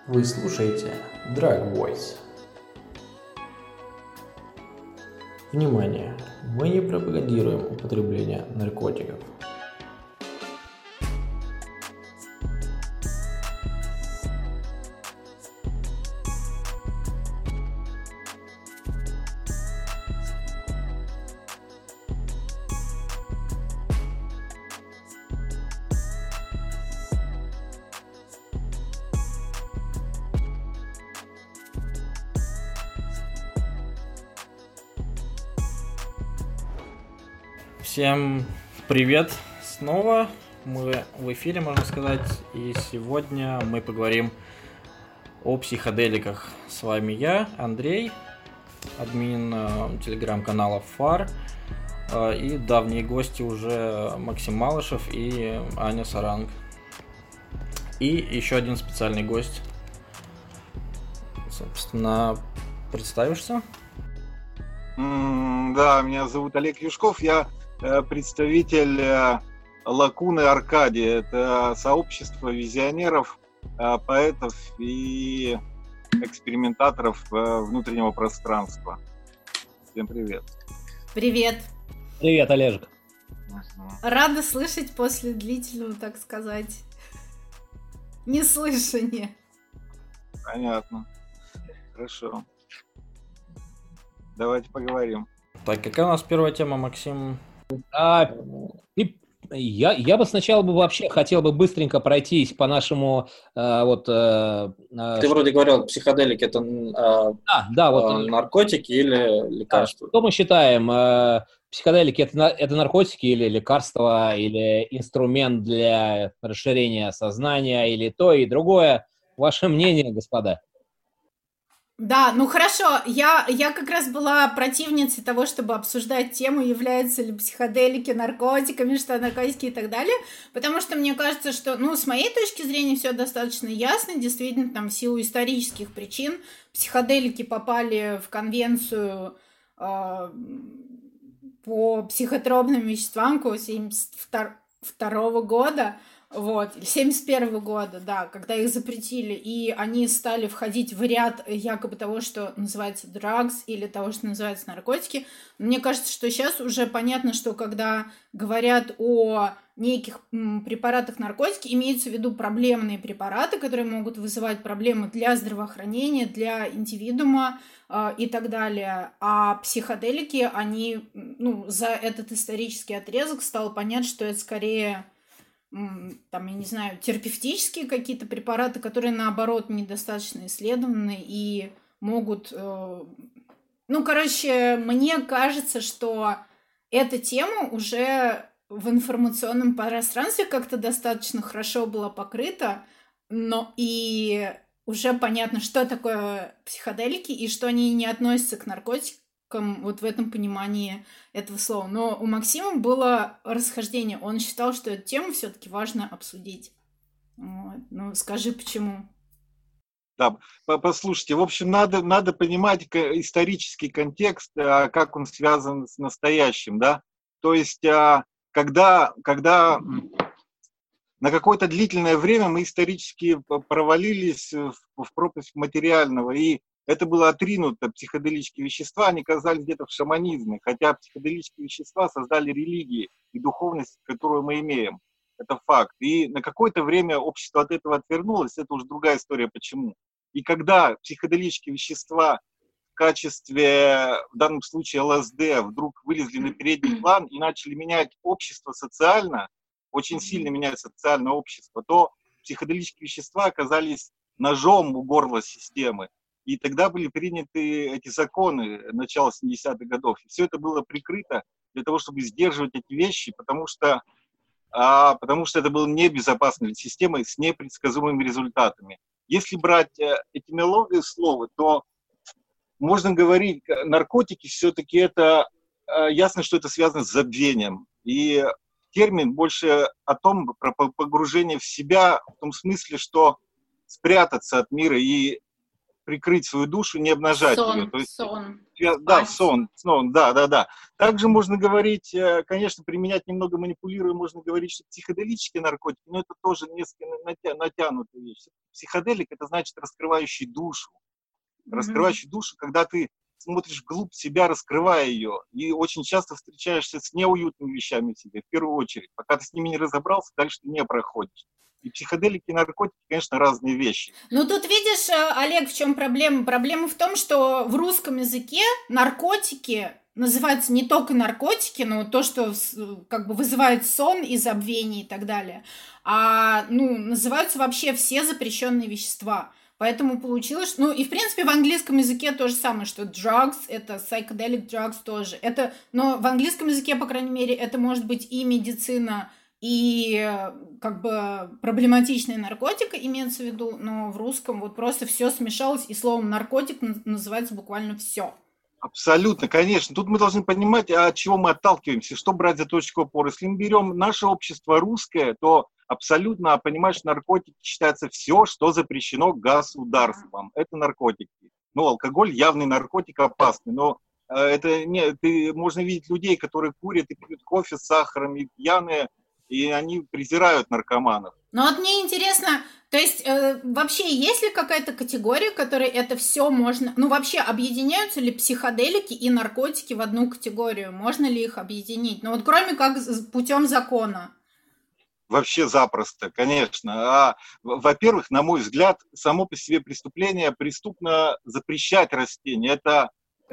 Вы слушаете Drug Voice. Внимание! Мы не пропагандируем употребление наркотиков. Всем привет снова, мы в эфире, можно сказать, и сегодня мы поговорим о психоделиках. С вами я, Андрей, админ телеграм-канала ФАР, и давние гости уже Максим Малышев и Аня Саранг. И еще один специальный гость. Собственно, представишься? Да, меня зовут Олег Юшков, я представитель Лакуны Аркадия. Это сообщество визионеров, поэтов и экспериментаторов внутреннего пространства. Всем привет. Привет. Привет, Олежек. Рада слышать после длительного, так сказать, неслышания. Понятно. Хорошо. Давайте поговорим. Так, какая у нас первая тема, Максим? Я бы сначала вообще хотел бы быстренько пройтись по нашему Ты вроде говорил, психоделики это наркотики или лекарства? Что мы считаем? Психоделики это наркотики или лекарства, или инструмент для расширения сознания, или то и другое? Ваше мнение, господа? Да, ну хорошо, я как раз была противницей того, чтобы обсуждать тему, являются ли психоделики наркотиками, что наркотики и так далее, потому что мне кажется, что, с моей точки зрения все достаточно ясно, действительно, там, в силу исторических причин психоделики попали в конвенцию по психотропным веществам 1972 года, 71 года, да, когда их запретили, и они стали входить в ряд якобы того, что называется drugs, или того, что называется наркотики. Мне кажется, что сейчас уже понятно, что когда говорят о неких препаратах наркотики, имеются в виду проблемные препараты, которые могут вызывать проблемы для здравоохранения, для индивидуума и так далее. А психоделики, они, за этот исторический отрезок стало понятно, что это скорее... там, я не знаю, терапевтические какие-то препараты, которые, наоборот, недостаточно исследованы и могут... мне кажется, что эта тема уже в информационном пространстве как-то достаточно хорошо была покрыта, но и уже понятно, что такое психоделики и что они не относятся к наркотикам, вот в этом понимании этого слова. Но у Максима было расхождение. Он считал, что эту тему все-таки важно обсудить. Скажи, почему? Да, послушайте, в общем, надо понимать исторический контекст, как он связан с настоящим, да. То есть, когда на какое-то длительное время мы исторически провалились в пропасть материального, и это было отринуто, психоделические вещества, они оказались где-то в шаманизме, хотя психоделические вещества создали религии и духовность, которую мы имеем. Это факт. И на какое-то время общество от этого отвернулось, это уже другая история, почему. И когда психоделические вещества в качестве, в данном случае ЛСД, вдруг вылезли на передний план и начали менять общество социально, очень сильно менять социальное общество, то психоделические вещества оказались ножом у горла системы. И тогда были приняты эти законы начала 70-х годов. И все это было прикрыто для того, чтобы сдерживать эти вещи, потому что это было небезопасно для системы с непредсказуемыми результатами. Если брать этимологию слова, то можно говорить, наркотики все-таки это, ясно, что это связано с забвением. И термин больше о том, про погружение в себя, в том смысле, что спрятаться от мира и прикрыть свою душу, не обнажать ее. То есть, сон. Да, сон, да. Также можно говорить, конечно, применять немного манипулируя, можно говорить, что психоделические наркотики, но это тоже несколько натянутая вещь. Психоделик — это значит раскрывающий душу. Раскрывающий душу, когда ты смотришь вглубь себя, раскрывая ее, и очень часто встречаешься с неуютными вещами в себе, в первую очередь. Пока ты с ними не разобрался, дальше ты не проходишь. И психоделики, и наркотики, конечно, разные вещи. Ну, тут видишь, Олег, в чем проблема? Проблема в том, что в русском языке наркотики называются не только наркотики, но то, что как бы вызывает сон и забвение и так далее, а называются вообще все запрещенные вещества. Поэтому получилось, и в принципе в английском языке то же самое, что drugs, это psychedelic drugs тоже. Но в английском языке, по крайней мере, это может быть и медицина, и как бы проблематичная наркотика имеется в виду, но в русском вот просто все смешалось, и словом наркотик называется буквально все. Абсолютно, конечно. Тут мы должны понимать, от чего мы отталкиваемся, что брать за точку опоры. Если мы берем наше общество русское, то абсолютно, понимаешь, наркотики считается все, что запрещено государством. Это наркотики. Алкоголь явный наркотик, опасный, но можно видеть людей, которые курят и пьют кофе с сахаром, и пьяные, и они презирают наркоманов. Ну вот мне интересно, то есть вообще есть ли какая-то категория, которой это все можно... вообще объединяются ли психоделики и наркотики в одну категорию? Можно ли их объединить? Кроме как путем закона. Вообще запросто, конечно. Во-первых, на мой взгляд, само по себе преступление преступно запрещать растения. Это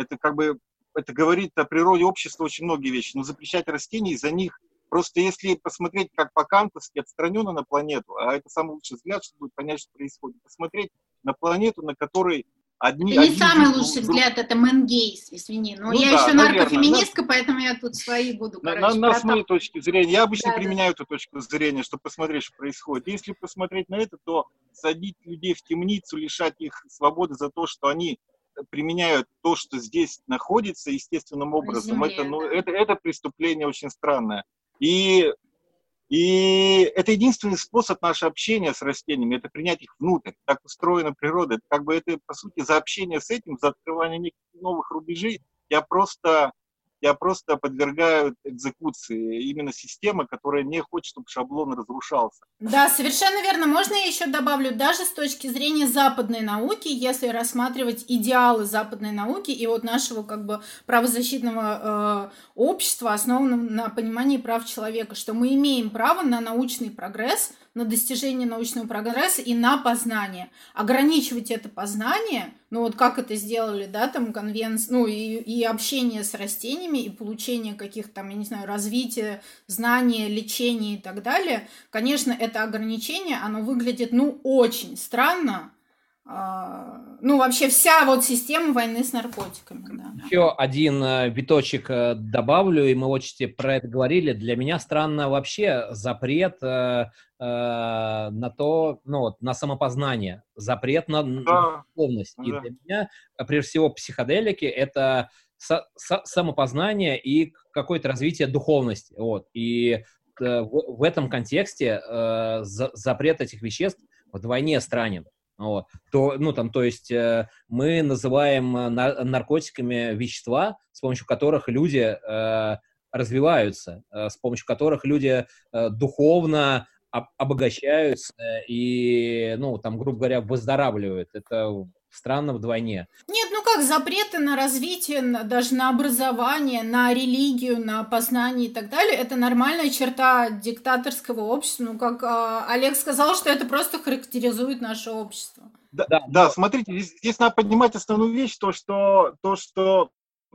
говорит о природе общества очень многие вещи. Но запрещать растения из-за них, просто если посмотреть как по-кантовски отстраненно на планету, а это самый лучший взгляд, чтобы понять, что происходит, посмотреть на планету, на которой самый лучший взгляд, это Мэн Гейс, извини. Я еще наркофеминистка, поэтому я тут свои буду, с моей точки зрения, я обычно применяю эту точку зрения, чтобы посмотреть, что происходит. Если посмотреть на это, то садить людей в темницу, лишать их свободы за то, что они применяют то, что здесь находится естественным образом, это преступление очень странное. И это единственный способ нашего общения с растениями, это принять их внутрь. Так устроена природа. Это, по сути, за общение с этим, за открывание неких новых рубежей, я просто подвергаю экзекуции именно система, которая не хочет, чтобы шаблон разрушался. Да, совершенно верно. Можно я еще добавлю, даже с точки зрения западной науки, если рассматривать идеалы западной науки и вот нашего как бы правозащитного общества, основанного на понимании прав человека, что мы имеем право на научный прогресс, на достижение научного прогресса и на познание. Ограничивать это познание, как это сделали, и общение с растениями, и получение каких-то развития, знания, лечения и так далее, конечно, это ограничение, оно выглядит, очень странно. Вообще вся вот система войны с наркотиками. Да. Еще один виточек добавлю, и мы очень про это говорили. Для меня странно вообще запрет на то, на самопознание, запрет на духовность. И для меня, прежде всего, психоделики — это самопознание и какое-то развитие духовности. И в этом контексте запрет этих веществ вдвойне странен. То есть мы называем наркотиками вещества, с помощью которых люди развиваются, с помощью которых люди духовно обогащаются и, грубо говоря, выздоравливают. Это странно вдвойне. Нет, запреты на развитие, даже на образование, на религию, на познание и так далее, это нормальная черта диктаторского общества. Как Олег сказал, что это просто характеризует наше общество. Да, смотрите, здесь надо поднимать основную вещь, то, что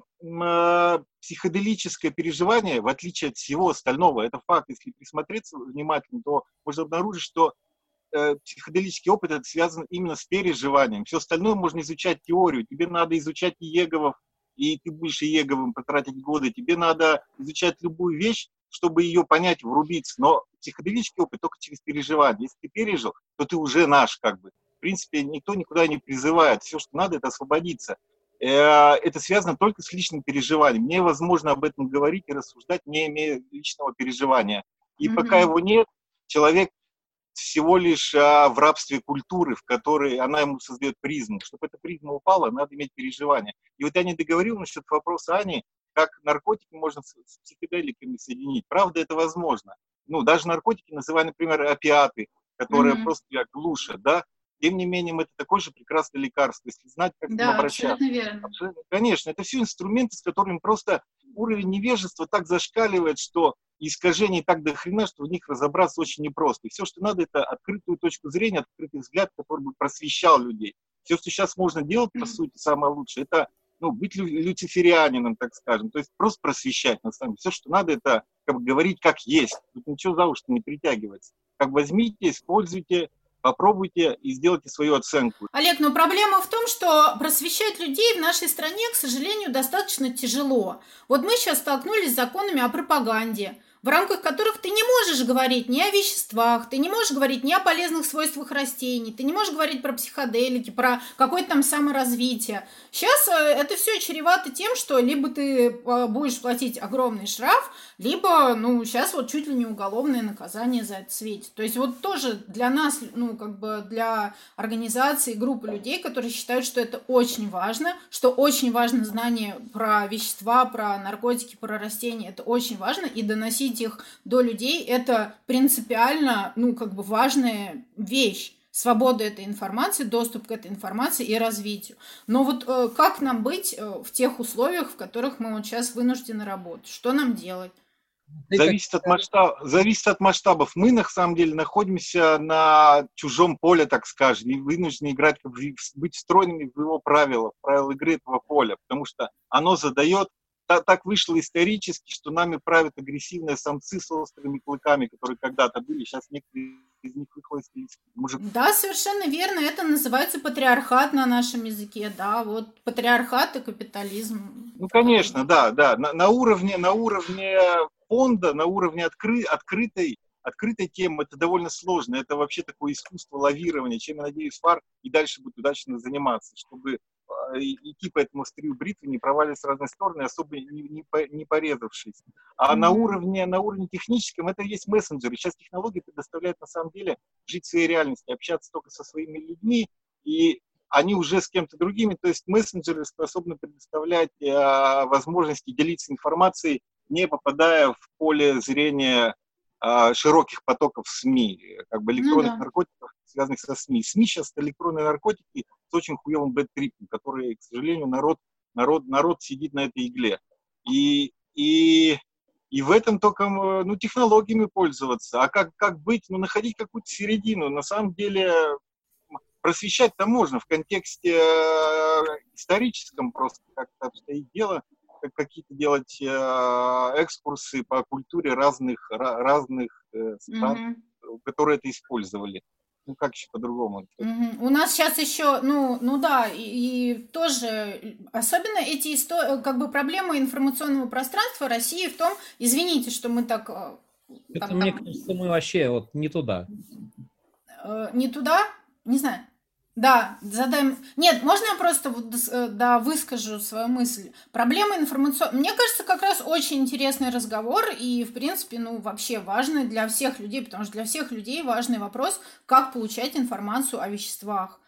психоделическое переживание, в отличие от всего остального, это факт, если присмотреться внимательно, то можно обнаружить, что психоделический опыт это связан именно с переживанием. Все остальное можно изучать теорию. Тебе надо изучать Иеговов, и ты будешь Иеговым потратить годы. Тебе надо изучать любую вещь, чтобы ее понять, врубиться. Но психоделический опыт только через переживание. Если ты пережил, то ты уже наш, как бы. В принципе, никто никуда не призывает. Все, что надо, это освободиться. Это связано только с личным переживанием. Невозможно об этом говорить и рассуждать, не имея личного переживания. И пока его нет, человек всего лишь в рабстве культуры, в которой она ему создает призму. Чтобы эта призма упала, надо иметь переживания. И вот я не договорил насчет вопроса Ани, как наркотики можно с психоделиками соединить. Правда, это возможно. Ну, даже наркотики, называя, например, опиаты, которые просто глушат, да. Тем не менее, это такое же прекрасное лекарство, если знать, как к ним обращаться. Абсолютно верно. Абсолютно, конечно, это все инструменты, с которыми просто уровень невежества так зашкаливает, что искажений так до хрена, что в них разобраться очень непросто. И все, что надо, это открытую точку зрения, открытый взгляд, который бы просвещал людей. Все, что сейчас можно делать, по сути, самое лучшее, это быть люциферианином, так скажем. То есть просто просвещать, на самом деле. Все, что надо, это говорить как есть. Тут ничего за уши не притягивается. Возьмите, используйте, попробуйте и сделайте свою оценку. Олег, но проблема в том, что просвещать людей в нашей стране, к сожалению, достаточно тяжело. Вот мы сейчас столкнулись с законами о пропаганде, в рамках которых ты не можешь говорить ни о веществах, ты не можешь говорить ни о полезных свойствах растений, ты не можешь говорить про психоделики, про какое-то там саморазвитие. Сейчас это все чревато тем, что либо ты будешь платить огромный штраф, либо, сейчас вот чуть ли не уголовное наказание за это светит. То есть вот тоже для нас, для организации, группы людей, которые считают, что это очень важно, что очень важно знание про вещества, про наркотики, про растения, это очень важно, и доносить их до людей, это принципиально, важная вещь. Свобода этой информации, доступ к этой информации и развитию. Но вот как нам быть в тех условиях, в которых мы вот сейчас вынуждены работать? Что нам делать? Зависит от масштабов. Мы, на самом деле, находимся на чужом поле, так скажем, и вынуждены играть, быть встроенными в его правила игры этого поля, потому что оно задает. Так вышло исторически, что нами правят агрессивные самцы с острыми клыками, которые когда-то были, сейчас некоторые из них выходят из мужиков. Да, совершенно верно, это называется патриархат на нашем языке, да, вот патриархат и капитализм. Конечно, да, на уровне фонда, на уровне открытой темы это довольно сложно, это вообще такое искусство лавирования, чем, я надеюсь, ФАР и дальше будет удачно заниматься, чтобы идти по этому острию бритвы, не проваливаясь в разные стороны, особо не порезавшись. А на уровне техническом это есть мессенджеры. Сейчас технологии предоставляют на самом деле жить в своей реальности, общаться только со своими людьми, и они уже с кем-то другими, то есть мессенджеры способны предоставлять возможности делиться информацией, не попадая в поле зрения широких потоков СМИ, электронных наркотиков, связанных со СМИ. СМИ сейчас электронные наркотики с очень хуевым бэдтрипом, которые, к сожалению, народ сидит на этой игле. И в этом только технологиями пользоваться. А как быть? Находить какую-то середину. На самом деле просвещать-то можно в контексте историческом, просто как-то обстоит дело, какие-то делать экскурсы по культуре разных стран, которые это использовали. Как еще по-другому? У нас сейчас еще, и тоже, особенно эти проблемы информационного пространства России в том, извините, что мы так... Мне кажется, мы вообще не туда. Не туда? Не знаю. Да, задаем... Нет, можно я просто выскажу свою мысль? Проблема информационная... Мне кажется, как раз очень интересный разговор и, в принципе, вообще важный для всех людей, потому что для всех людей важный вопрос, как получать информацию о веществах.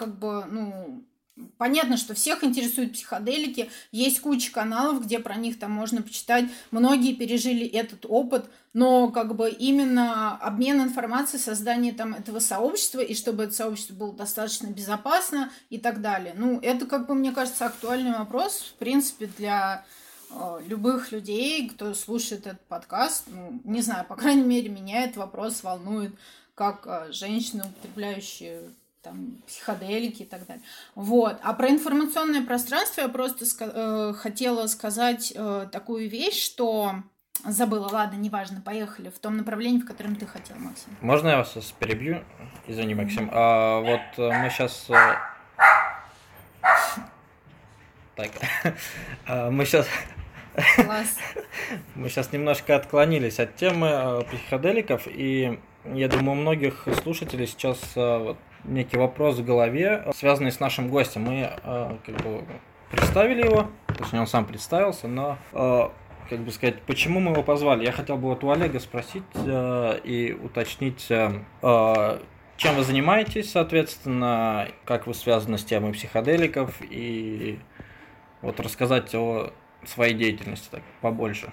Понятно, что всех интересуют психоделики, есть куча каналов, где про них там можно почитать, многие пережили этот опыт, но именно обмен информацией, создание там этого сообщества, и чтобы это сообщество было достаточно безопасно и так далее. Это, мне кажется, актуальный вопрос, в принципе, для любых людей, кто слушает этот подкаст. Не знаю, по крайней мере, меня этот вопрос волнует, как женщины, употребляющие психоделики и так далее. Вот. А про информационное пространство я просто хотела сказать такую вещь, что забыла, ладно, неважно, поехали в том направлении, в котором ты хотел, Максим. Можно я вас перебью? Извини, Максим. Мы сейчас... Так. Мы сейчас... Класс. Мы сейчас немножко отклонились от темы психоделиков, и я думаю, у многих слушателей сейчас некий вопрос в голове, связанный с нашим гостем. Мы представили его, точнее он сам представился, но как бы сказать, почему мы его позвали. Я хотел бы вот у Олега спросить и уточнить, чем вы занимаетесь, соответственно, как вы связаны с темой психоделиков, и вот рассказать о своей деятельности так побольше.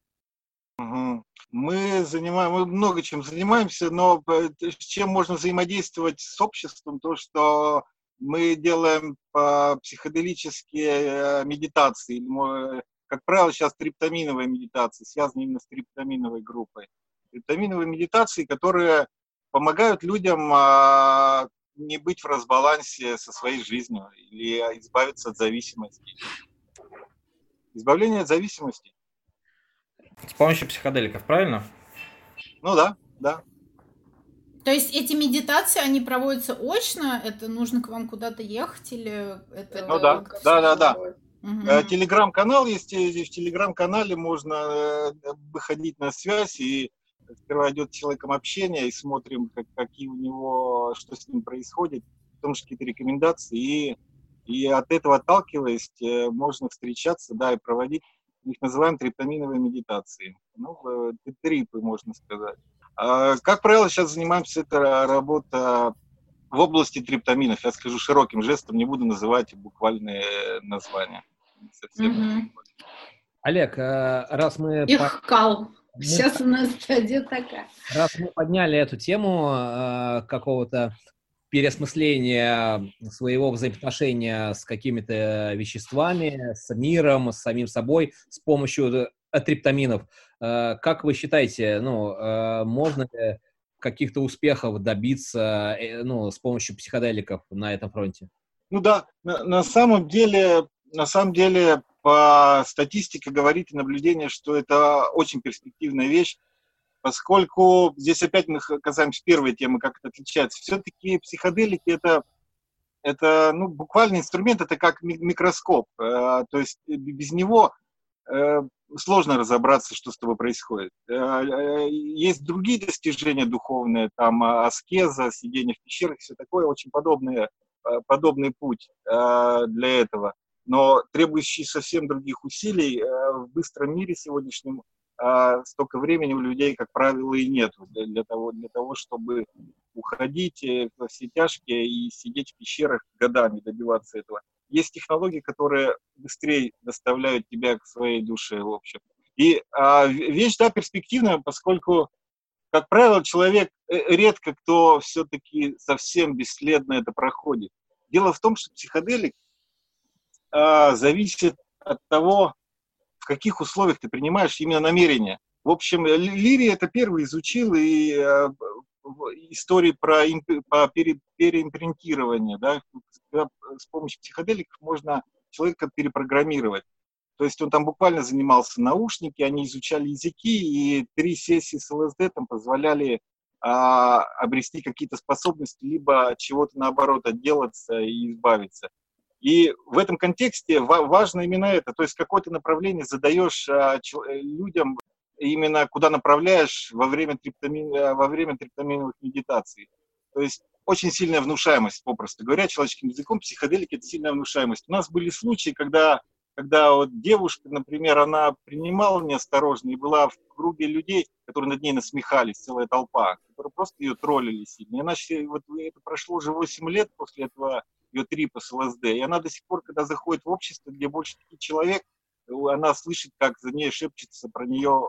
Мы много чем занимаемся, но с чем можно взаимодействовать с обществом, то, что мы делаем психоделические медитации. Как правило, сейчас триптаминовые медитации, связаны именно с триптаминовой группой. Триптаминовые медитации, которые помогают людям не быть в разбалансе со своей жизнью или избавиться от зависимости. Избавление от зависимости. С помощью психоделиков, правильно? Ну да. То есть эти медитации, они проводятся очно? Это нужно к вам куда-то ехать или это... Ну да. Угу. Телеграм-канал есть, в телеграм-канале можно выходить на связь, и сперва идет с человеком общение, и смотрим, какие у него, что с ним происходит, потом какие-то рекомендации, и от этого отталкиваясь, можно встречаться, да, и проводить, их называем триптаминовые медитации. Ну, трипы, можно сказать. Как правило, сейчас занимаемся, это работа в области триптаминов. Я скажу широким жестом, не буду называть буквальные названия. Олег, раз мы... Сейчас у нас стадия такая. Раз мы подняли эту тему какого-то переосмысления своего взаимоотношения с какими-то веществами, с миром, с самим собой, с помощью триптаминов, как вы считаете, можно ли каких-то успехов добиться с помощью психоделиков на этом фронте? Ну да, на самом деле, по статистике говорит и наблюдение, что это очень перспективная вещь, поскольку здесь опять мы касаемся первой темы, как это отличается. Все-таки психоделики это буквально инструмент, это как микроскоп. То есть без него сложно разобраться, что с тобой происходит. Есть другие достижения духовные, там аскеза, сидение в пещерах, все такое, очень подобный путь для этого, но требующий совсем других усилий. В быстром мире сегодняшнем столько времени у людей, как правило, и нет для того, чтобы уходить во все тяжкие и сидеть в пещерах годами, добиваться этого. Есть технологии, которые быстрее доставляют тебя к своей душе, в общем. И вещь, да, перспективная, поскольку, как правило, человек, редко кто все-таки совсем бесследно это проходит. Дело в том, что психоделик зависит от того, в каких условиях ты принимаешь именно намерение. В общем, Лири это первый изучил, и истории про переимпринтирование, да, с помощью психоделиков можно человека перепрограммировать. То есть он там буквально занимался наушники, они изучали языки, и 3 сессии с ЛСД там позволяли обрести какие-то способности, либо чего-то наоборот отделаться и избавиться. И в этом контексте важно именно это, то есть какое-то направление задаешь людям, именно куда направляешь во время триптаминовых медитаций. То есть очень сильная внушаемость, попросту говоря, человеческим языком, психоделики – это сильная внушаемость. У нас были случаи, когда вот девушка, например, она принимала неосторожно и была в круге людей, которые над ней насмехались, целая толпа, которые просто ее троллили сильно. И она, это прошло уже 8 лет после этого ее трипа с ЛСД, и она до сих пор, когда заходит в общество, где больше 5 человек, она слышит, как за ней шепчется про нее,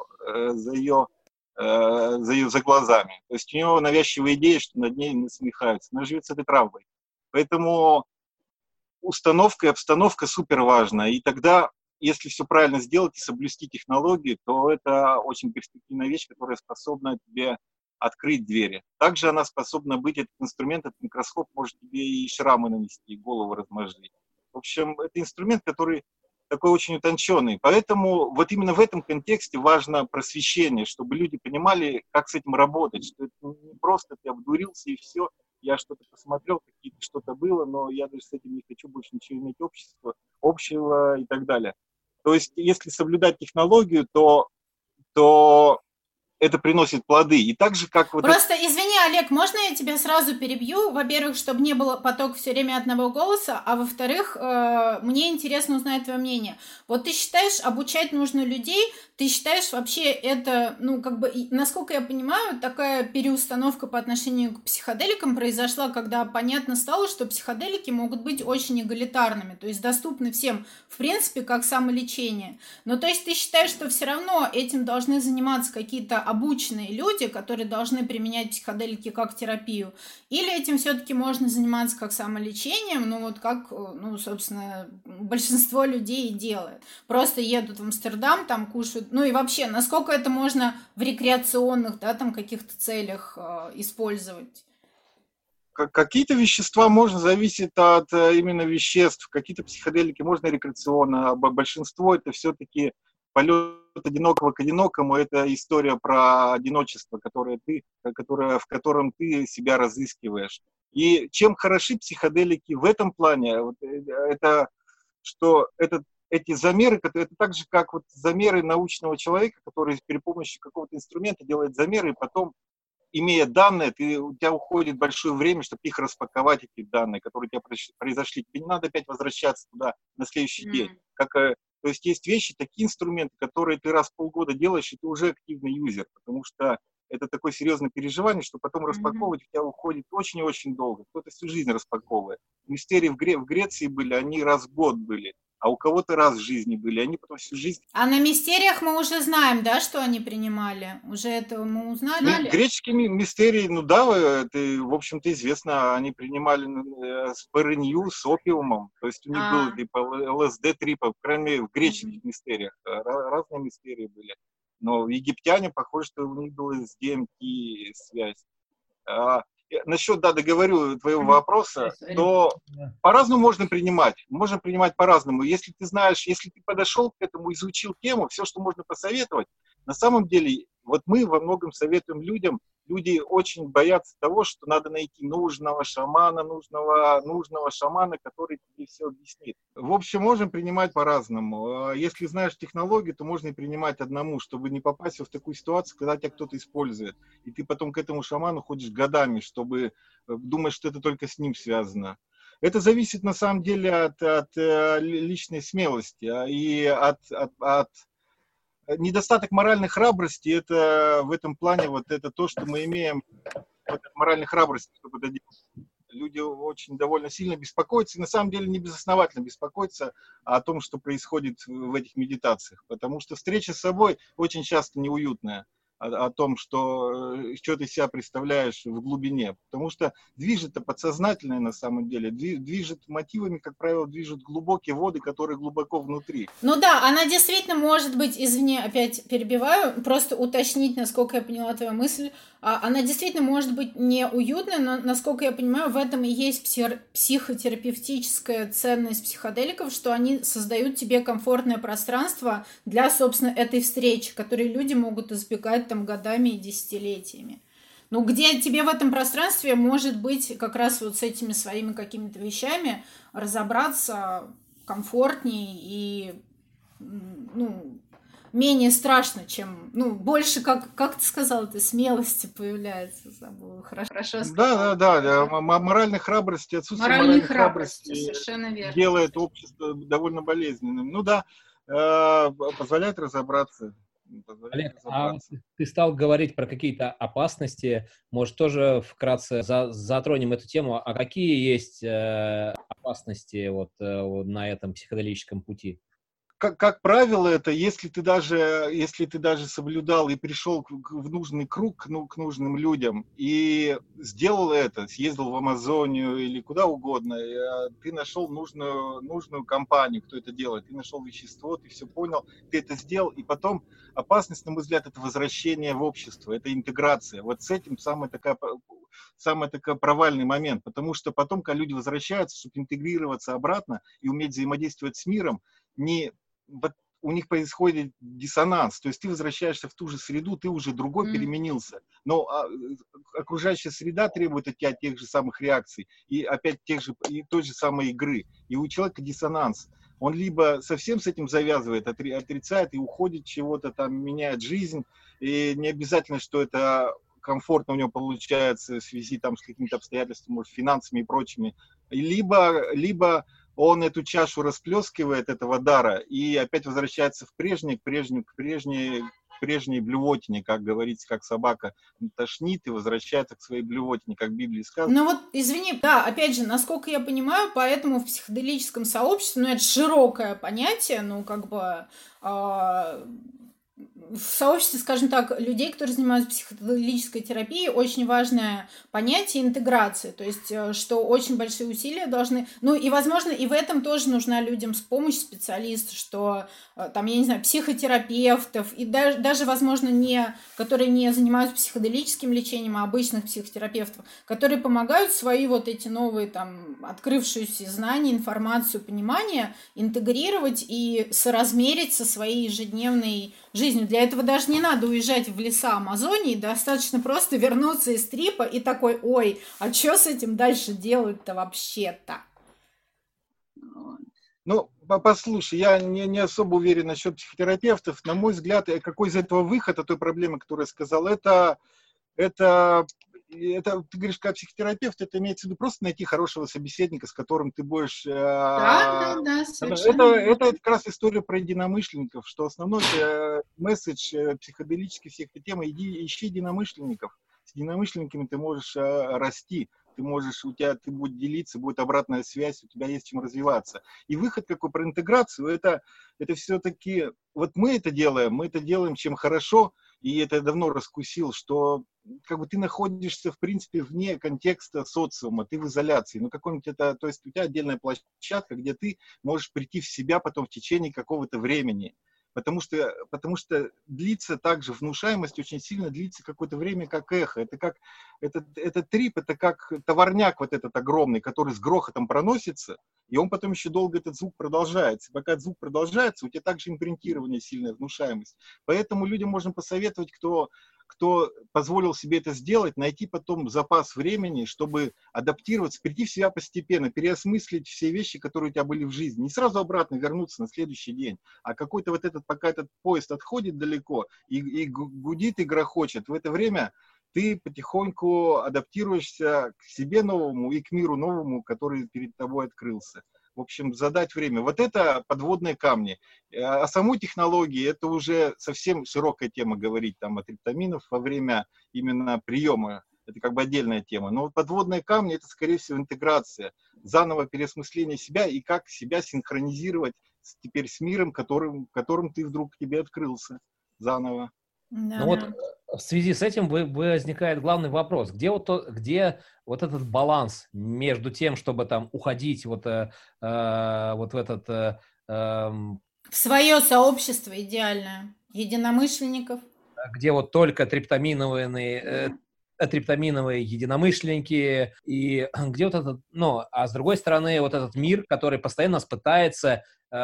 за глазами. То есть у нее навязчивая идея, что над ней насмехаются. Она живет с этой травмой. Поэтому установка и обстановка супер важна. И тогда, если все правильно сделать и соблюсти технологии, то это очень перспективная вещь, которая способна тебе открыть двери. Также она способна быть, этот инструмент, этот микроскоп может тебе и шрамы нанести, и голову размозжить. В общем, это инструмент, который такой очень утонченный. Поэтому вот именно в этом контексте важно просвещение, чтобы люди понимали, как с этим работать, что это не просто ты обдурился и все, я что-то посмотрел, что-то было, но я даже с этим не хочу больше ничего иметь общего и так далее. То есть, если соблюдать технологию, то это приносит плоды. И так же, как вот... Просто, извини, Олег, можно я тебя сразу перебью? Во-первых, чтобы не было поток все время одного голоса, а во-вторых, мне интересно узнать твое мнение. Вот ты считаешь, обучать нужно людей, ты считаешь вообще это, ну, как бы, насколько я понимаю, такая переустановка по отношению к психоделикам произошла, когда понятно стало, что психоделики могут быть очень эгалитарными, то есть доступны всем, в принципе, как самолечение. Но то есть ты считаешь, что все равно этим должны заниматься какие-то обученные люди, которые должны применять психоделики как терапию, или этим все-таки можно заниматься как самолечением, ну вот как, ну, собственно, большинство людей и делает. Просто едут в Амстердам, там кушают, ну и вообще, насколько это можно в рекреационных, да, там каких-то целях использовать? Какие-то вещества можно, зависит от именно веществ, какие-то психоделики можно рекреационно, а большинство это все-таки полет одинокого к одинокому, это история про одиночество, в котором ты себя разыскиваешь. И чем хороши психоделики в этом плане, вот, это что эти замеры, это так же, как вот замеры научного человека, который при помощи какого-то инструмента делает замеры, и потом, имея данные, у тебя уходит большое время, чтобы их распаковать, эти данные, которые у тебя произошли. Тебе не надо опять возвращаться туда на следующий день. То есть есть вещи, такие инструменты, которые ты раз в полгода делаешь, и ты уже активный юзер, потому что это такое серьезное переживание, что потом распаковывать у тебя уходит очень и очень долго. Кто-то всю жизнь распаковывает. Мистерии в Греции были, они раз в год были, а у кого-то раз в жизни были, они потом всю жизнь... А на мистериях мы уже знаем, да, что они принимали? Уже это мы узнали? Ну, греческие мистерии, ну да, это, в общем-то, известно, они принимали спорынью с опиумом, то есть у них было типа ЛСД-трипа, по крайней мере, в греческих мистериях, разные мистерии были. Но египтяне, похоже, что у них была с DMT связь. Насчет, да, договорю твоего вопроса, то по-разному можно принимать по-разному. Если ты знаешь, если ты подошел к этому, изучил тему, все, что можно посоветовать, на самом деле, вот мы во многом советуем людям, люди очень боятся того, что надо найти нужного шамана, который тебе все объяснит. В общем, можем принимать по-разному. Если знаешь технологию, то можно и принимать одному, чтобы не попасть в такую ситуацию, когда тебя кто-то использует. И ты потом к этому шаману ходишь годами, чтобы думать, что это только с ним связано. Это зависит на самом деле от личной смелости и от недостаток моральной храбрости. Это в этом плане вот это то, что мы имеем, вот моральной храбрости, чтобы это делать. Люди очень довольно сильно беспокоятся, и на самом деле не безосновательно беспокоятся о том, что происходит в этих медитациях, потому что встреча с собой очень часто неуютная, о том, что ты себя представляешь в глубине, потому что движет-то подсознательное на самом деле, движет мотивами, как правило, движут глубокие воды, которые глубоко внутри. Ну да, она действительно может быть, извини, опять перебиваю, просто уточнить, насколько я поняла твою мысль, она действительно может быть неуютной, но, насколько я понимаю, в этом и есть психотерапевтическая ценность психоделиков, что они создают тебе комфортное пространство для, собственно, этой встречи, которые люди могут избегать там годами и десятилетиями. Ну, где тебе в этом пространстве может быть как раз вот с этими своими какими-то вещами разобраться комфортнее и, ну, менее страшно, чем, ну, больше, как ты сказал, это смелости появляется. Забыла. Хорошо сказала. Да. Моральной храбрости, отсутствие моральной храбрости совершенно верно. Делает общество довольно болезненным. Ну да, позволяет разобраться. Олег, ты стал говорить про какие-то опасности. Может, тоже вкратце затронем эту тему. А какие есть опасности вот на этом психоделическом пути? Как правило, это если ты даже соблюдал и пришел в нужный круг, к нужным людям, и сделал это, съездил в Амазонию или куда угодно, ты нашел нужную компанию, кто это делает, ты нашел вещество, ты все понял, ты это сделал, и потом опасность, на мой взгляд, это возвращение в общество, это интеграция. Вот с этим самый такой провальный момент, потому что потом, когда люди возвращаются, чтобы интегрироваться обратно и уметь взаимодействовать с миром, у них происходит диссонанс, то есть ты возвращаешься в ту же среду, ты уже другой переменился, но окружающая среда требует от тебя тех же самых реакций и опять той же самой игры, и у человека диссонанс. Он либо совсем с этим завязывает, отрицает и уходит чего-то там, меняет жизнь, и не обязательно, что это комфортно у него получается в связи там с какими-то обстоятельствами, может, финансами и прочими, либо он эту чашу расплескивает, этого дара, и опять возвращается к прежней блювотине, как говорится, как собака тошнит и возвращается к своей блювотине, как в Библии сказано. Ну вот, извини, да, опять же, насколько я понимаю, поэтому в психоделическом сообществе, ну это широкое понятие, ну как бы в сообществе, скажем так, людей, которые занимаются психоделической терапией, очень важное понятие интеграции, то есть что очень большие усилия должны, ну и, возможно, и в этом тоже нужна людям помощь специалистов, что там, я не знаю, психотерапевтов и даже возможно, которые не занимаются психоделическим лечением, а обычных психотерапевтов, которые помогают свои вот эти новые там открывшиеся знания, информацию, понимание интегрировать и соразмерить со своей ежедневной жизнью. Для этого даже не надо уезжать в леса Амазонии, достаточно просто вернуться из трипа и такой, ой, а что с этим дальше делать-то вообще-то? Ну, послушай, я не особо уверен насчет психотерапевтов. На мой взгляд, какой из этого выход от той проблемы, которую я сказал, это ты говоришь, как психотерапевт, это имеется в виду просто найти хорошего собеседника, с которым ты будешь... Да, совершенно. Это как раз история про единомышленников, что основной месседж психоделических всех этой темы, ищи единомышленников. С единомышленниками ты можешь расти. Ты будешь делиться, будет обратная связь, у тебя есть чем развиваться. И выход какой про интеграцию, это все-таки, вот мы это делаем чем хорошо, и это я давно раскусил, что как бы ты находишься, в принципе, вне контекста социума, ты в изоляции, то есть у тебя отдельная площадка, где ты можешь прийти в себя потом в течение какого-то времени. Потому что длится также внушаемость, очень сильно длится какое-то время, как эхо. Это трип, это как товарняк вот этот огромный, который с грохотом проносится, и он потом еще долго этот звук продолжается. Пока этот звук продолжается, у тебя также импринтирование, сильная внушаемость. Поэтому людям можно посоветовать, кто позволил себе это сделать, найти потом запас времени, чтобы адаптироваться, прийти в себя постепенно, переосмыслить все вещи, которые у тебя были в жизни. Не сразу обратно вернуться на следующий день, а какой-то пока этот поезд отходит далеко и гудит и грохочет, в это время ты потихоньку адаптируешься к себе новому и к миру новому, который перед тобой открылся. В общем, задать время. Вот это подводные камни. О самой технологии это уже совсем широкая тема говорить там о триптаминах во время именно приема. Это как бы отдельная тема. Но подводные камни это, скорее всего, интеграция, заново переосмысление себя и как себя синхронизировать теперь с миром, которым ты вдруг к тебе открылся заново. Да. Ну вот в связи с этим возникает главный вопрос. Где вот этот баланс между тем, чтобы там уходить вот в этот... В свое сообщество идеальное. Единомышленников. Где вот только триптаминовые единомышленники, и где вот этот, а с другой стороны вот этот мир, который постоянно нас пытается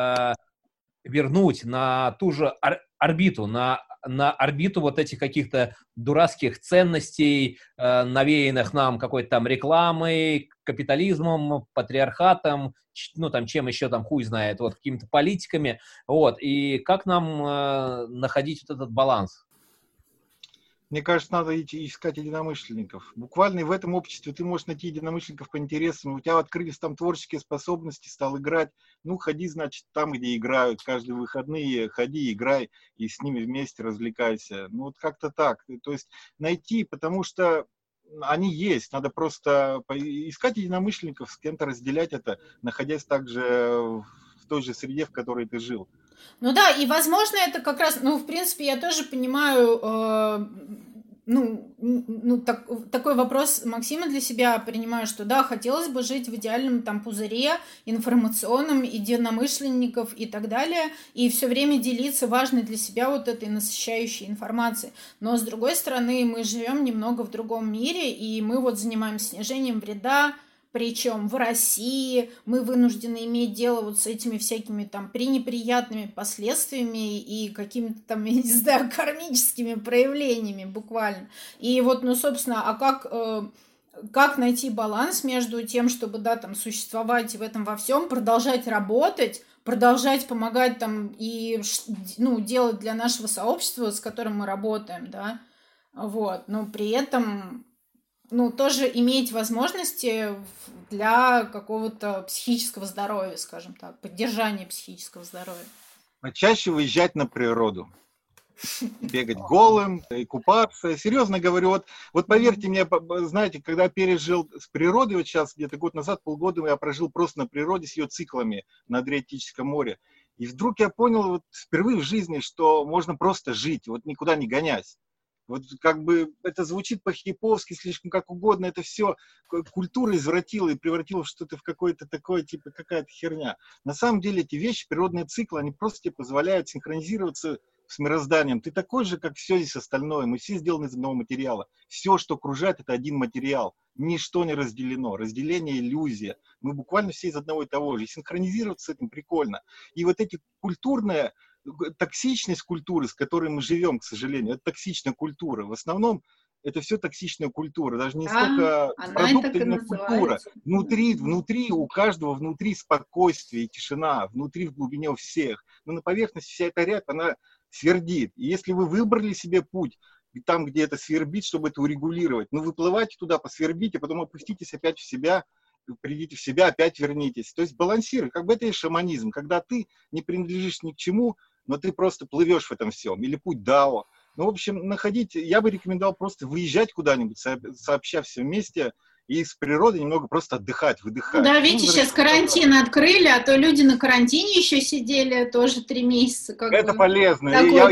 вернуть на ту же орбиту, на орбиту вот этих каких-то дурацких ценностей, навеянных нам какой-то там рекламой, капитализмом, патриархатом, чем еще там хуй знает, вот какими-то политиками, вот, и как нам находить вот этот баланс? Мне кажется, надо искать единомышленников. Буквально и в этом обществе ты можешь найти единомышленников по интересам. У тебя открылись там творческие способности, стал играть. Ходи, значит, там, где играют. Каждые выходные ходи, играй, и с ними вместе развлекайся. Вот как-то так. То есть найти, потому что они есть. Надо просто искать единомышленников, с кем-то разделять это, находясь также в той же среде, в которой ты жил. Ну да, и возможно это как раз, в принципе, я тоже понимаю, такой вопрос Максима для себя принимаю, что да, хотелось бы жить в идеальном там пузыре информационном, единомышленников и так далее, и все время делиться важной для себя вот этой насыщающей информацией. Но с другой стороны, мы живем немного в другом мире, и мы вот занимаемся снижением вреда. Причем в России мы вынуждены иметь дело вот с этими всякими там пренеприятными последствиями и какими-то там, я не знаю, кармическими проявлениями буквально. И вот, собственно, как найти баланс между тем, чтобы, да, там существовать в этом во всем, продолжать работать, продолжать помогать там и, делать для нашего сообщества, с которым мы работаем, да, вот, но при этом, ну, тоже иметь возможности для какого-то психического здоровья, скажем так, поддержания психического здоровья. Чаще выезжать на природу. Бегать голым и купаться. Серьезно говорю, вот поверьте мне, знаете, когда пережил с природой, вот сейчас где-то год назад, полгода я прожил просто на природе с ее циклами на Адриатическом море. И вдруг я понял вот впервые в жизни, что можно просто жить, вот никуда не гонясь. Вот как бы это звучит по-хиповски, слишком как угодно, это все культура извратила и превратила в что-то в какое-то такое, типа какая-то херня. На самом деле эти вещи, природные циклы, они просто тебе позволяют синхронизироваться с мирозданием. Ты такой же, как все здесь остальное. Мы все сделаны из одного материала. Все, что окружает, это один материал. Ничто не разделено. Разделение – иллюзия. Мы буквально все из одного и того же. И синхронизироваться с этим прикольно. И вот эти культурные, токсичность культуры, с которой мы живем, к сожалению, это токсичная культура. В основном это все токсичная культура. Даже не столько продукт, именно культура. Внутри у каждого внутри спокойствие и тишина. Внутри, в глубине у всех. Но на поверхности вся эта рябь, она свердит. И если вы выбрали себе путь, там, где это свербит, чтобы это урегулировать, ну, выплывайте туда, посвербите, потом опуститесь опять в себя, придите в себя, опять вернитесь. То есть балансируй. Как бы это и шаманизм. Когда ты не принадлежишь ни к чему, но ты просто плывешь в этом всем. Или путь дао. Ну, в общем, я бы рекомендовал просто выезжать куда-нибудь, сообща все вместе, и с природой немного просто отдыхать, выдыхать. Да, видите, сейчас карантин открыли, а то люди на карантине еще сидели тоже 3 месяца. Это полезно.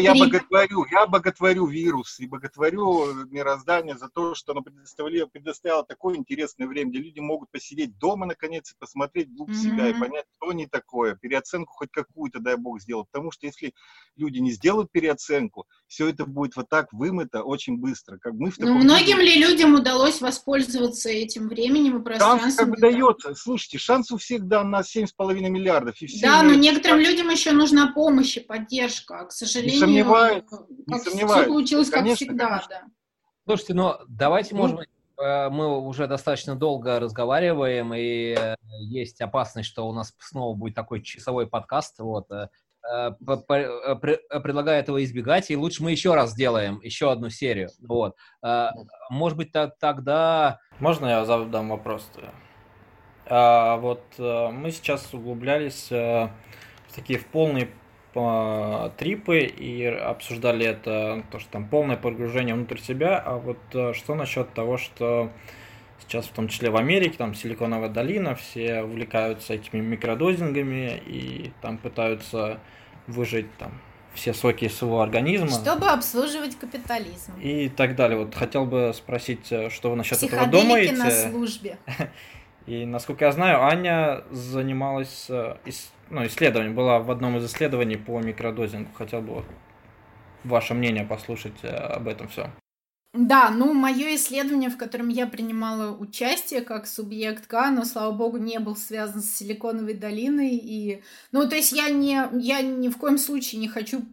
Я боготворю вирус и боготворю мироздание за то, что оно предоставило такое интересное время, где люди могут посидеть дома, наконец, и посмотреть вглубь себя и понять, что они такое. Переоценку хоть какую-то, дай Бог, сделал. Потому что если люди не сделают переоценку, все это будет вот так вымыто очень быстро. Как мы в таком многим ли людям удалось воспользоваться этим временем и пространством? Шанс как бы дается. Слушайте, шанс у всех дан на 7,5 миллиардов. И все да, но некоторым людям еще нужна помощь и поддержка. А, к сожалению, не сомневаюсь. Все получилось конечно, как всегда. Конечно. Да. Слушайте, ну давайте, может быть, мы уже достаточно долго разговариваем, и есть опасность, что у нас снова будет такой часовой подкаст. Вот. Предлагаю этого избегать, и лучше мы еще раз сделаем еще одну серию. Вот. Может быть, тогда... Можно я задам вопрос? Вот мы сейчас углублялись в такие в полные трипы и обсуждали это, то, что там полное погружение внутрь себя, а вот что насчет того, что сейчас в том числе в Америке, там Силиконовая долина, все увлекаются этими микродозингами и там пытаются выжать там все соки из своего организма. Чтобы обслуживать капитализм. И так далее. Вот хотел бы спросить, что вы насчет этого думаете? Психоделики на службе. И, насколько я знаю, Аня занималась исследованием, была в одном из исследований по микродозингу. Хотел бы ваше мнение послушать об этом все. Да, ну, мое исследование, в котором я принимала участие как субъект К, но, слава богу, не был связан с Силиконовой долиной. И... Ну, то есть я ни в коем случае не хочу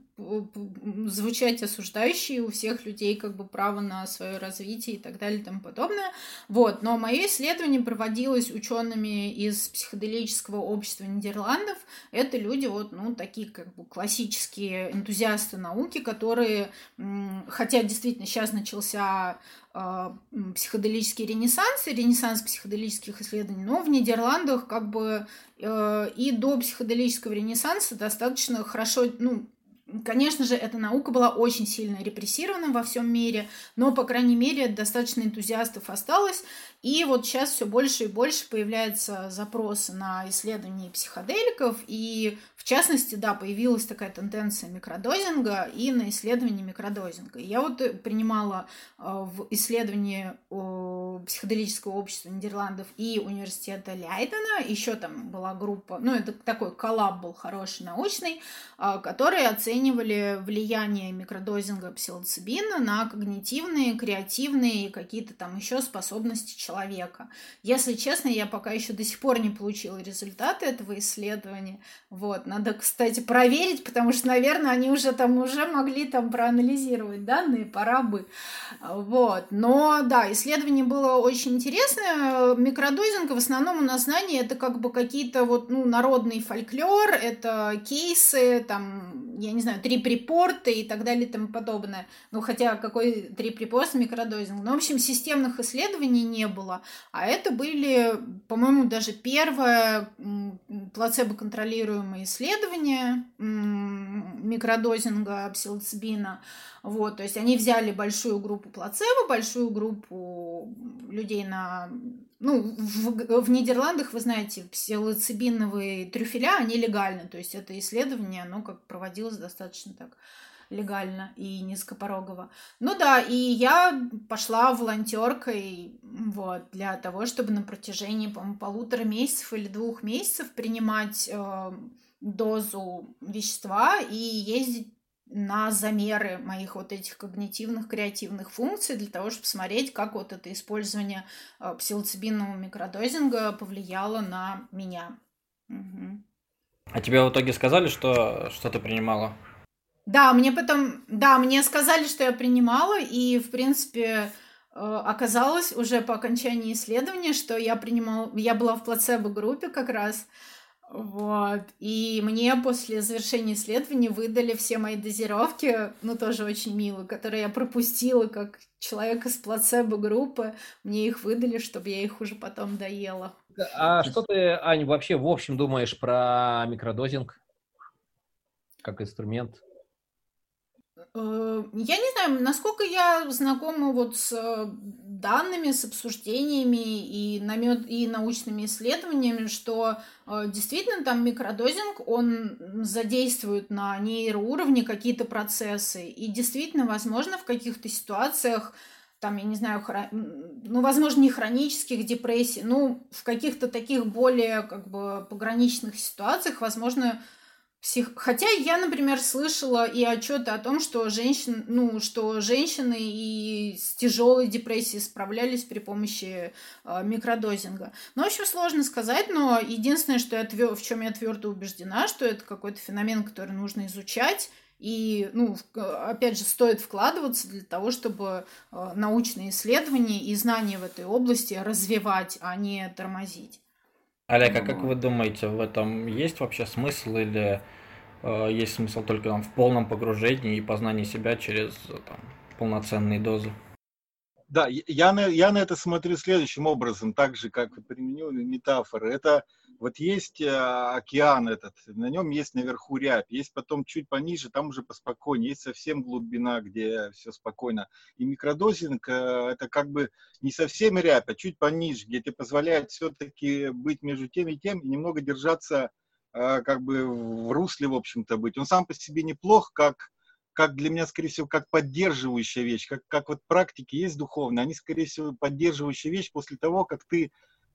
звучать осуждающие, у всех людей как бы право на свое развитие и так далее и тому подобное. Вот. Но мое исследование проводилось учеными из психоделического общества Нидерландов. Это люди вот, ну, такие как бы классические энтузиасты науки, которые, хотя действительно сейчас начался психоделический ренессанс психоделических исследований, но в Нидерландах как бы и до психоделического ренессанса достаточно хорошо, ну, конечно же, эта наука была очень сильно репрессирована во всем мире, но, по крайней мере, достаточно энтузиастов осталось. И вот сейчас все больше и больше появляются запросы на исследования психоделиков. И, в частности, да, появилась такая тенденция микродозинга и на исследование микродозинга. Я вот принимала в исследовании психоделического общества Нидерландов и университета Лейдена. Еще там была группа, ну, это такой коллаб был хороший, научный, которые оценивали влияние микродозинга псилоцибина на когнитивные, креативные и какие-то там еще способности человека. Если честно, я пока еще до сих пор не получила результаты этого исследования. Вот. Надо, кстати, проверить, потому что, наверное, они уже могли там проанализировать данные, пора бы. Вот. Но, да, исследование было очень интересное. Микродозинг в основном у нас знания это как бы какие-то вот, ну, народный фольклор, это кейсы, там, я не знаю, трип-репорты и так далее и тому подобное. Ну, хотя какой трип-репорт, микродозинг. Ну, в общем, системных исследований не было. А это были, по-моему, даже первое плацебо-контролируемое исследование микродозинга псилоцибина. Вот, то есть они взяли большую группу плацебо, большую группу людей на... Ну, в Нидерландах, вы знаете, псилоцибиновые трюфеля, они легальны. То есть это исследование, оно как проводилось достаточно так легально и низкопорогово. Ну да, и я пошла волонтеркой вот, для того, чтобы на протяжении, по-моему, 1,5 месяцев или 2 месяцев принимать дозу вещества и ездить на замеры моих вот этих когнитивных, креативных функций для того, чтобы посмотреть, как вот это использование псилоцибинового микродозинга повлияло на меня. Угу. А тебе в итоге сказали, что ты принимала? Да, мне сказали, что я принимала, и, в принципе, оказалось уже по окончании исследования, что я была в плацебо-группе как раз, вот, и мне после завершения исследования выдали все мои дозировки, ну, тоже очень мило, которые я пропустила как человек из плацебо-группы, мне их выдали, чтобы я их уже потом доела. А что ты, Ань, вообще в общем думаешь про микродозинг как инструмент? Я не знаю, насколько я знакома вот с данными, с обсуждениями и научными исследованиями, что действительно там микродозинг, он задействует на нейроуровне какие-то процессы. И действительно, возможно, в каких-то ситуациях, там, я не знаю, ну, возможно, не хронических депрессий, ну, в каких-то таких более как бы пограничных ситуациях, возможно, Хотя я, например, слышала и отчеты о том, что женщины и с тяжелой депрессией справлялись при помощи микродозинга. Ну, в общем, сложно сказать, но единственное, в чем я твердо убеждена, что это какой-то феномен, который нужно изучать. И, ну, опять же, стоит вкладываться для того, чтобы научные исследования и знания в этой области развивать, а не тормозить. Олег, а как вы думаете, в этом есть вообще смысл или есть смысл только в полном погружении и познании себя через полноценные дозы? Да, я на это смотрю следующим образом, так же, как применю метафоры. Это вот есть океан этот, на нем есть наверху рябь, есть потом чуть пониже, там уже поспокойнее, есть совсем глубина, где все спокойно. И микродозинг это как бы не совсем рябь, а чуть пониже, где тебе позволяет все-таки быть между тем и тем и немного держаться как бы в русле, в общем-то, быть. Он сам по себе неплох, как для меня, скорее всего, как поддерживающая вещь, как вот практики есть духовные, они, скорее всего, поддерживающая вещь после того, как ты,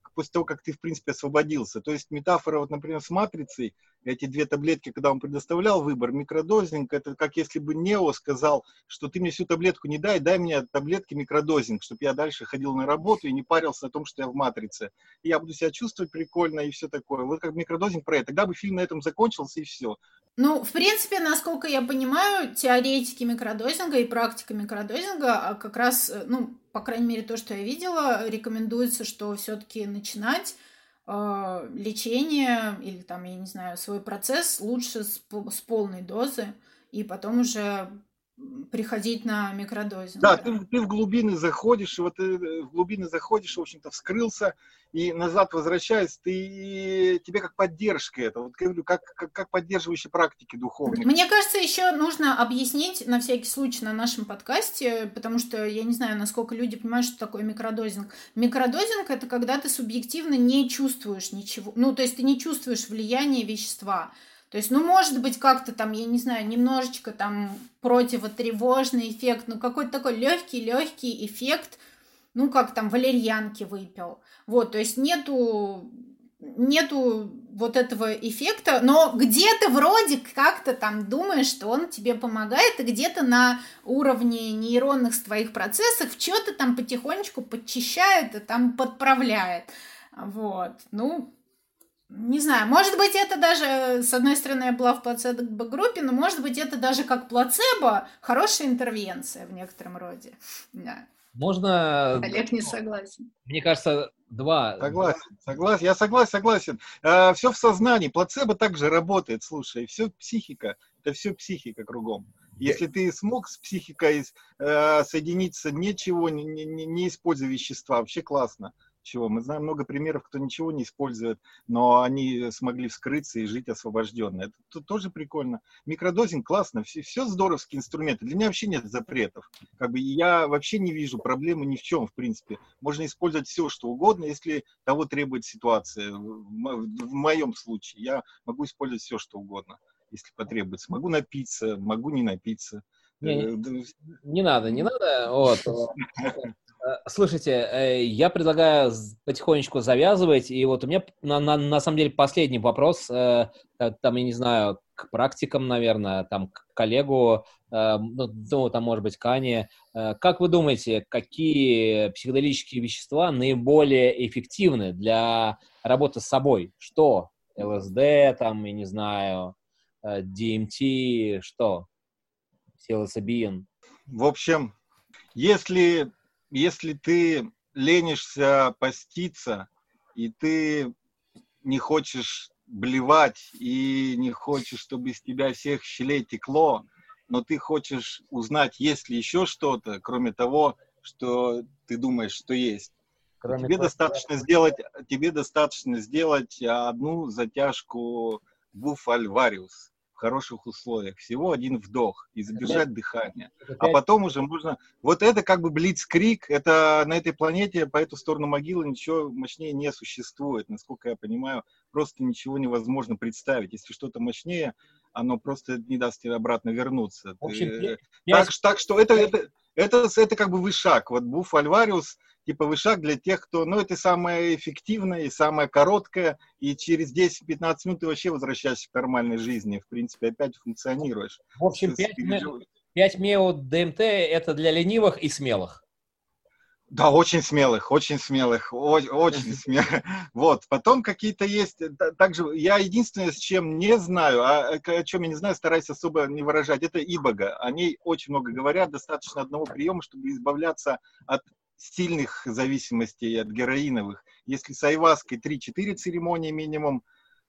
в принципе, освободился. То есть метафора, вот, например, с матрицей, эти 2 таблетки, когда он предоставлял выбор, микродозинг, это как если бы Нео сказал, что ты мне всю таблетку не дай мне таблетки микродозинг, чтобы я дальше ходил на работу и не парился о том, что я в матрице. И я буду себя чувствовать прикольно и все такое. Вот как микродозинг про это. Тогда бы фильм на этом закончился и все. Ну, в принципе, насколько я понимаю, теоретики микродозинга и практика микродозинга как раз, ну, по крайней мере, то, что я видела, рекомендуется, что все-таки начинать лечение или там, я не знаю, свой процесс лучше с полной дозы и потом уже приходить на микродозинг. Да, ты в глубины заходишь, в общем-то, вскрылся, и назад возвращаясь, тебе как поддержка это, вот говорю, как поддерживающие практики духовные. Мне кажется, еще нужно объяснить на всякий случай на нашем подкасте, потому что я не знаю, насколько люди понимают, что такое микродозинг. Микродозинг – это когда ты субъективно не чувствуешь ничего, ну, то есть ты не чувствуешь влияния вещества. То есть, ну, может быть, как-то там, я не знаю, немножечко там противотревожный эффект, ну, какой-то такой легкий эффект, ну, как там валерьянки выпил. Вот, то есть нету вот этого эффекта, но где-то вроде как-то там думаешь, что он тебе помогает, и где-то на уровне нейронных твоих процессов что-то там потихонечку подчищает и там подправляет. Вот, ну... Не знаю, может быть, это даже, с одной стороны, я была в плацебо-группе, но, может быть, это даже как плацебо, хорошая интервенция в некотором роде. Да. Можно, Олег не согласен. мне кажется, два. Согласен, я согласен. Все в сознании, плацебо также работает, слушай, все психика, это все психика кругом. Если ты смог с психикой соединиться, ничего, не используя вещества, вообще классно. Чего? Мы знаем много примеров, кто ничего не использует, но они смогли вскрыться и жить освобожденно. Это тоже прикольно. Микродозинг классно, все здоровские инструменты. Для меня вообще нет запретов. Как бы я вообще не вижу проблемы ни в чем, в принципе. Можно использовать все, что угодно, если того требует ситуация. В моем случае я могу использовать все, что угодно, если потребуется. Могу напиться, могу не напиться. Не надо. Вот. Слушайте, я предлагаю потихонечку завязывать, и вот у меня на самом деле последний вопрос, там, я не знаю, к практикам, наверное, там, к коллегу, ну, там, может быть, к Ане. Как вы думаете, какие психоделические вещества наиболее эффективны для работы с собой? Что? ЛСД, там, я не знаю, DMT, что? Псилоцибин? В общем, если ты ленишься поститься, и ты не хочешь блевать, и не хочешь, чтобы из тебя всех щелей текло, но ты хочешь узнать, есть ли еще что-то, кроме того, что ты думаешь, что есть. Тебе достаточно сделать одну затяжку буфальвариус в хороших условиях, всего один вдох и задержать дыхание. А потом уже можно... Вот это как бы блицкриг, это на этой планете по эту сторону могилы ничего мощнее не существует, насколько я понимаю, просто ничего невозможно представить. Если что-то мощнее, оно просто не даст тебе обратно вернуться. В общем, так что это как бы вышаг. Вот буфальвариус типа вышаг для тех, кто, ну, это самое эффективное и самое короткое, и через 10-15 минут ты вообще возвращаешься к нормальной жизни, в принципе, опять функционируешь. В общем, 5 мео ДМТ – это для ленивых и смелых. Да, очень смелых. Вот, потом какие-то есть, также, я единственное, с чем не знаю, о чем я не знаю, стараюсь особо не выражать, это ибога. О ней очень много говорят, достаточно одного приема, чтобы избавляться от сильных зависимостей, от героиновых. Если с айваской 3-4 церемонии минимум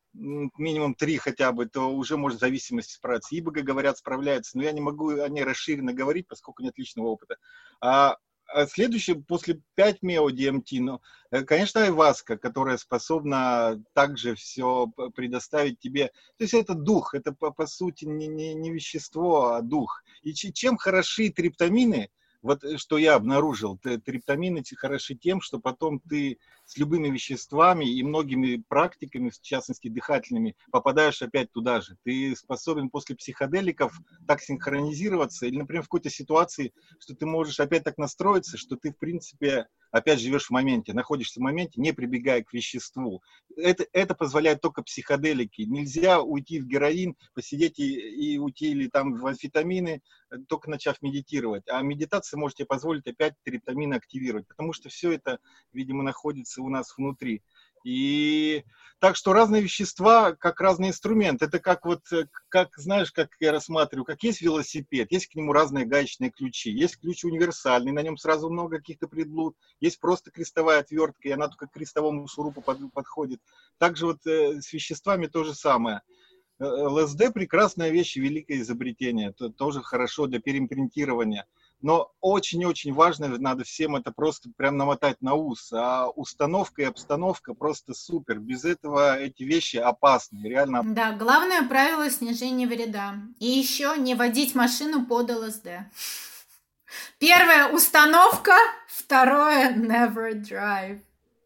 3 хотя бы, то уже может зависимость справиться. Ибога, говорят, справляется, но я не могу о ней расширенно говорить, поскольку нет личного опыта. А следующее, после 5 мео DMT, ну, конечно, айваска, которая способна также все предоставить тебе. То есть это дух, это по сути не вещество, а дух. И чем хороши триптамины, вот что я обнаружил, триптамины хороши тем, что потом ты с любыми веществами и многими практиками, в частности дыхательными, попадаешь опять туда же. Ты способен после психоделиков так синхронизироваться, или, например, в какой-то ситуации, что ты можешь опять так настроиться, что ты, в принципе, опять живешь в моменте, находишься в моменте, не прибегая к веществу. Это позволяет только психоделики. Нельзя уйти в героин, посидеть и уйти или там в амфетамины, только начав медитировать. А медитация может тебе позволить опять триптамины активировать, потому что все это, видимо, находится у нас внутри. И так что разные вещества, как разные инструменты. Это как вот, как, знаешь, как я рассматриваю, как есть велосипед, есть к нему разные гаечные ключи. Есть ключ универсальный, на нем сразу много каких-то приблуд. Есть просто крестовая отвертка, и она только к крестовому шурупу подходит. Также вот с веществами то же самое. ЛСД – прекрасная вещь, великое изобретение. Это тоже хорошо для переимпринтирования. Но очень-очень важно, надо всем это просто прям намотать на ус. А установка и обстановка просто супер. Без этого эти вещи опасны, реально опасны. Да, главное правило – снижение вреда. И еще не водить машину под ЛСД. Первое – установка. Второе – never drive.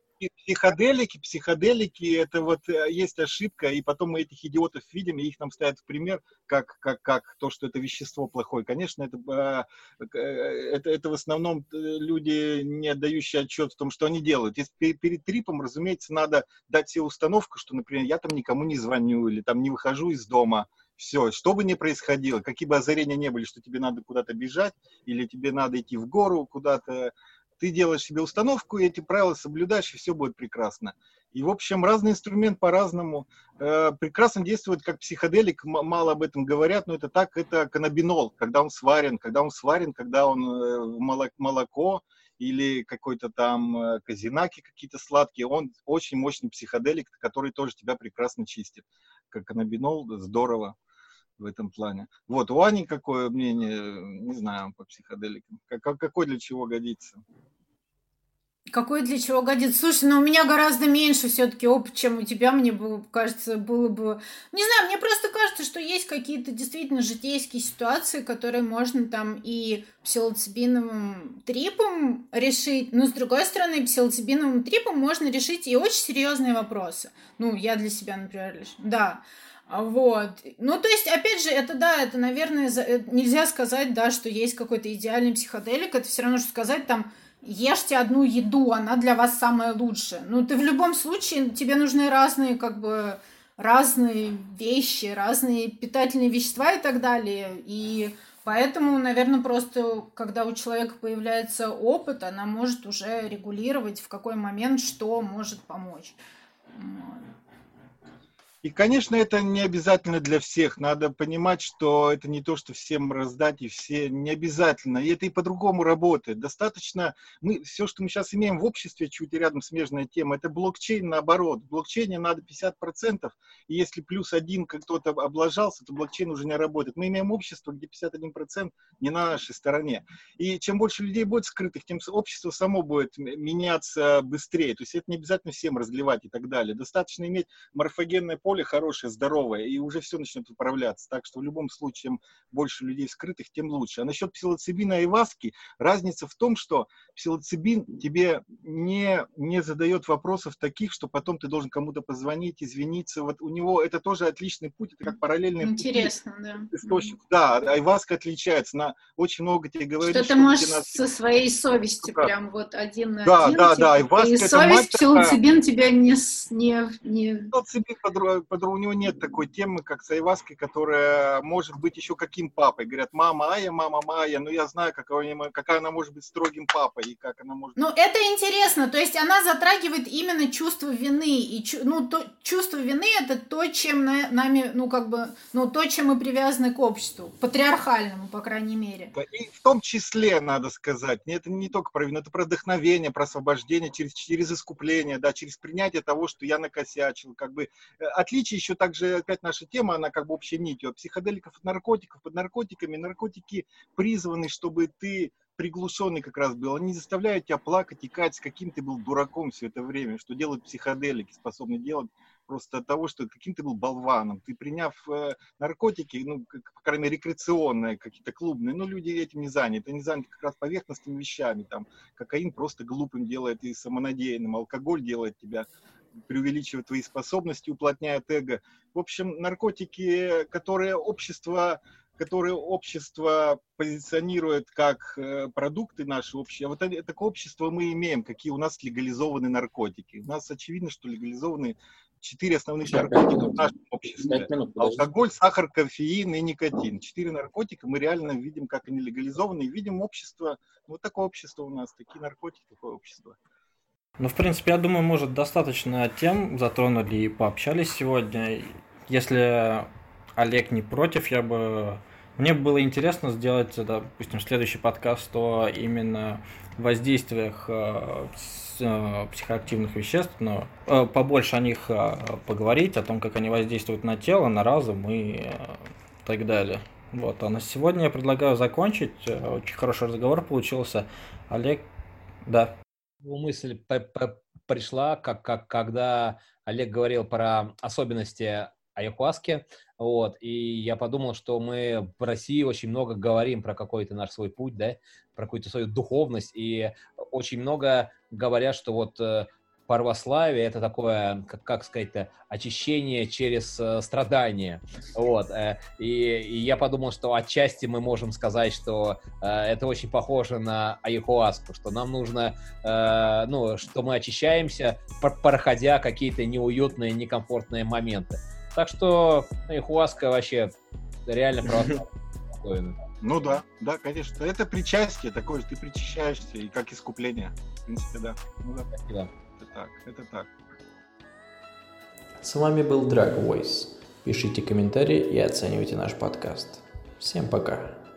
Психоделики, это вот есть ошибка, и потом мы этих идиотов видим, и их нам ставят в пример, как то, что это вещество плохое. Конечно, это в основном люди, не отдающие отчет в том, что они делают. Если перед трипом, разумеется, надо дать себе установку, что, например, я там никому не звоню, или там не выхожу из дома. Все, что бы ни происходило, какие бы озарения не были, что тебе надо куда-то бежать, или тебе надо идти в гору куда-то, ты делаешь себе установку, и эти правила соблюдаешь, и все будет прекрасно. И, в общем, разный инструмент по-разному. Прекрасно действует как психоделик, мало об этом говорят, но это так, это каннабинол, когда он сварен, когда он в молоко, или какой-то там казинаки какие-то сладкие, он очень мощный психоделик, который тоже тебя прекрасно чистит. Как каннабинол, здорово в этом плане. Вот, у Ани какое мнение, не знаю, по психоделикам? Какой для чего годится? Какой для чего годится? Слушай, ну у меня гораздо меньше все-таки опыт, чем у тебя. Мне кажется, было бы... Не знаю, мне просто кажется, что есть какие-то действительно житейские ситуации, которые можно там и псилоцибиновым трипом решить. Но, с другой стороны, псилоцибиновым трипом можно решить и очень серьезные вопросы. Ну, я для себя, например, лишь... Да. Вот. Ну, то есть, опять же, это, да, это, наверное, нельзя сказать, да, что есть какой-то идеальный психоделик. Это все равно, что сказать, там, ешьте одну еду, она для вас самая лучшая. Ну, ты в любом случае, тебе нужны разные, как бы, разные вещи, разные питательные вещества и так далее. И поэтому, наверное, просто, когда у человека появляется опыт, она может уже регулировать, в какой момент что может помочь. И, конечно, это не обязательно для всех. Надо понимать, что это не то, что всем раздать, и все не обязательно. И это и по-другому работает. Достаточно, все, что мы сейчас имеем в обществе, чуть рядом смежная тема, это блокчейн наоборот. В блокчейне надо 50%, и если плюс один кто-то облажался, то блокчейн уже не работает. Мы имеем общество, где 51% не на нашей стороне. И чем больше людей будет скрытых, тем общество само будет меняться быстрее. То есть это не обязательно всем разливать и так далее. Достаточно иметь морфогенное поле хорошее, здоровое, и уже все начнет управляться. Так что в любом случае, чем больше людей скрытых, тем лучше. А насчет псилоцибина и айваски, разница в том, что псилоцибин тебе не задает вопросов таких, что потом ты должен кому-то позвонить, извиниться. Вот у него это тоже отличный путь, это как параллельный путь. Интересно, да. Источник. Да, айваска отличается. Она очень много тебе говорит. Что ты можешь со своей совестью прям вот один на да, один. Да, типа, да, айваска и это совесть, псилоцибин тебя не... Псилоцибин, у него нет такой темы, как с айваской, которая может быть еще каким папой. Говорят, мама Майя, но я знаю, какая она может быть строгим папой и как она может... Ну, это интересно, то есть она затрагивает именно чувство вины, и чувство вины это то, чем нами, то, чем мы привязаны к обществу, патриархальному, по крайней мере. И в том числе, надо сказать, это не только про вину, это про вдохновение, про освобождение через искупление, да, через принятие того, что я накосячил, как бы. Отличие еще также, опять наша тема, она как бы общей нитью, от психоделиков от наркотиков. Под наркотиками наркотики призваны, чтобы ты приглушенный как раз был. Они не заставляют тебя плакать и кать, с каким ты был дураком все это время, что делают психоделики, способны делать просто от того, что каким ты был болваном. Ты, приняв наркотики, по крайней мере, рекреационные, какие-то клубные, люди этим не заняты. Они заняты как раз поверхностными вещами. Там, кокаин просто глупым делает и самонадеянным, алкоголь делает тебя, преувеличивает твои способности, уплотняет эго. В общем, наркотики, которые общество позиционирует как продукты наши общие. А вот такое общество мы имеем, какие у нас легализованы наркотики. У нас очевидно, что легализованы 4 основных наркотика в нашем обществе. Алкоголь, сахар, кофеин и никотин. 4 наркотика мы реально видим, как они легализованы. И видим общество, вот такое общество у нас, такие наркотики, такое общество. Ну, в принципе, я думаю, может, достаточно тем затронули и пообщались сегодня. Если Олег не против, мне было интересно сделать, допустим, следующий подкаст о именно воздействиях психоактивных веществ, но побольше о них поговорить, о том, как они воздействуют на тело, на разум и так далее. Вот, а на сегодня я предлагаю закончить. Очень хороший разговор получился. Олег, да. Мысль пришла, когда Олег говорил про особенности айахуаски, вот, и я подумал, что мы в России очень много говорим про какой-то наш свой путь, да, про какую-то свою духовность, и очень много говорят, что вот православие — это такое, как сказать-то, очищение через страдания, вот, и я подумал, что отчасти мы можем сказать, что это очень похоже на айахуаску, что нам нужно, что мы очищаемся, проходя какие-то неуютные, некомфортные моменты. Так что айахуаска вообще реально православие. Ну да, конечно. Это причастие такое, ты причащаешься, и как искупление. В принципе, да. Ну да. Да. Это так. С вами был Drag Voice. Пишите комментарии и оценивайте наш подкаст. Всем пока.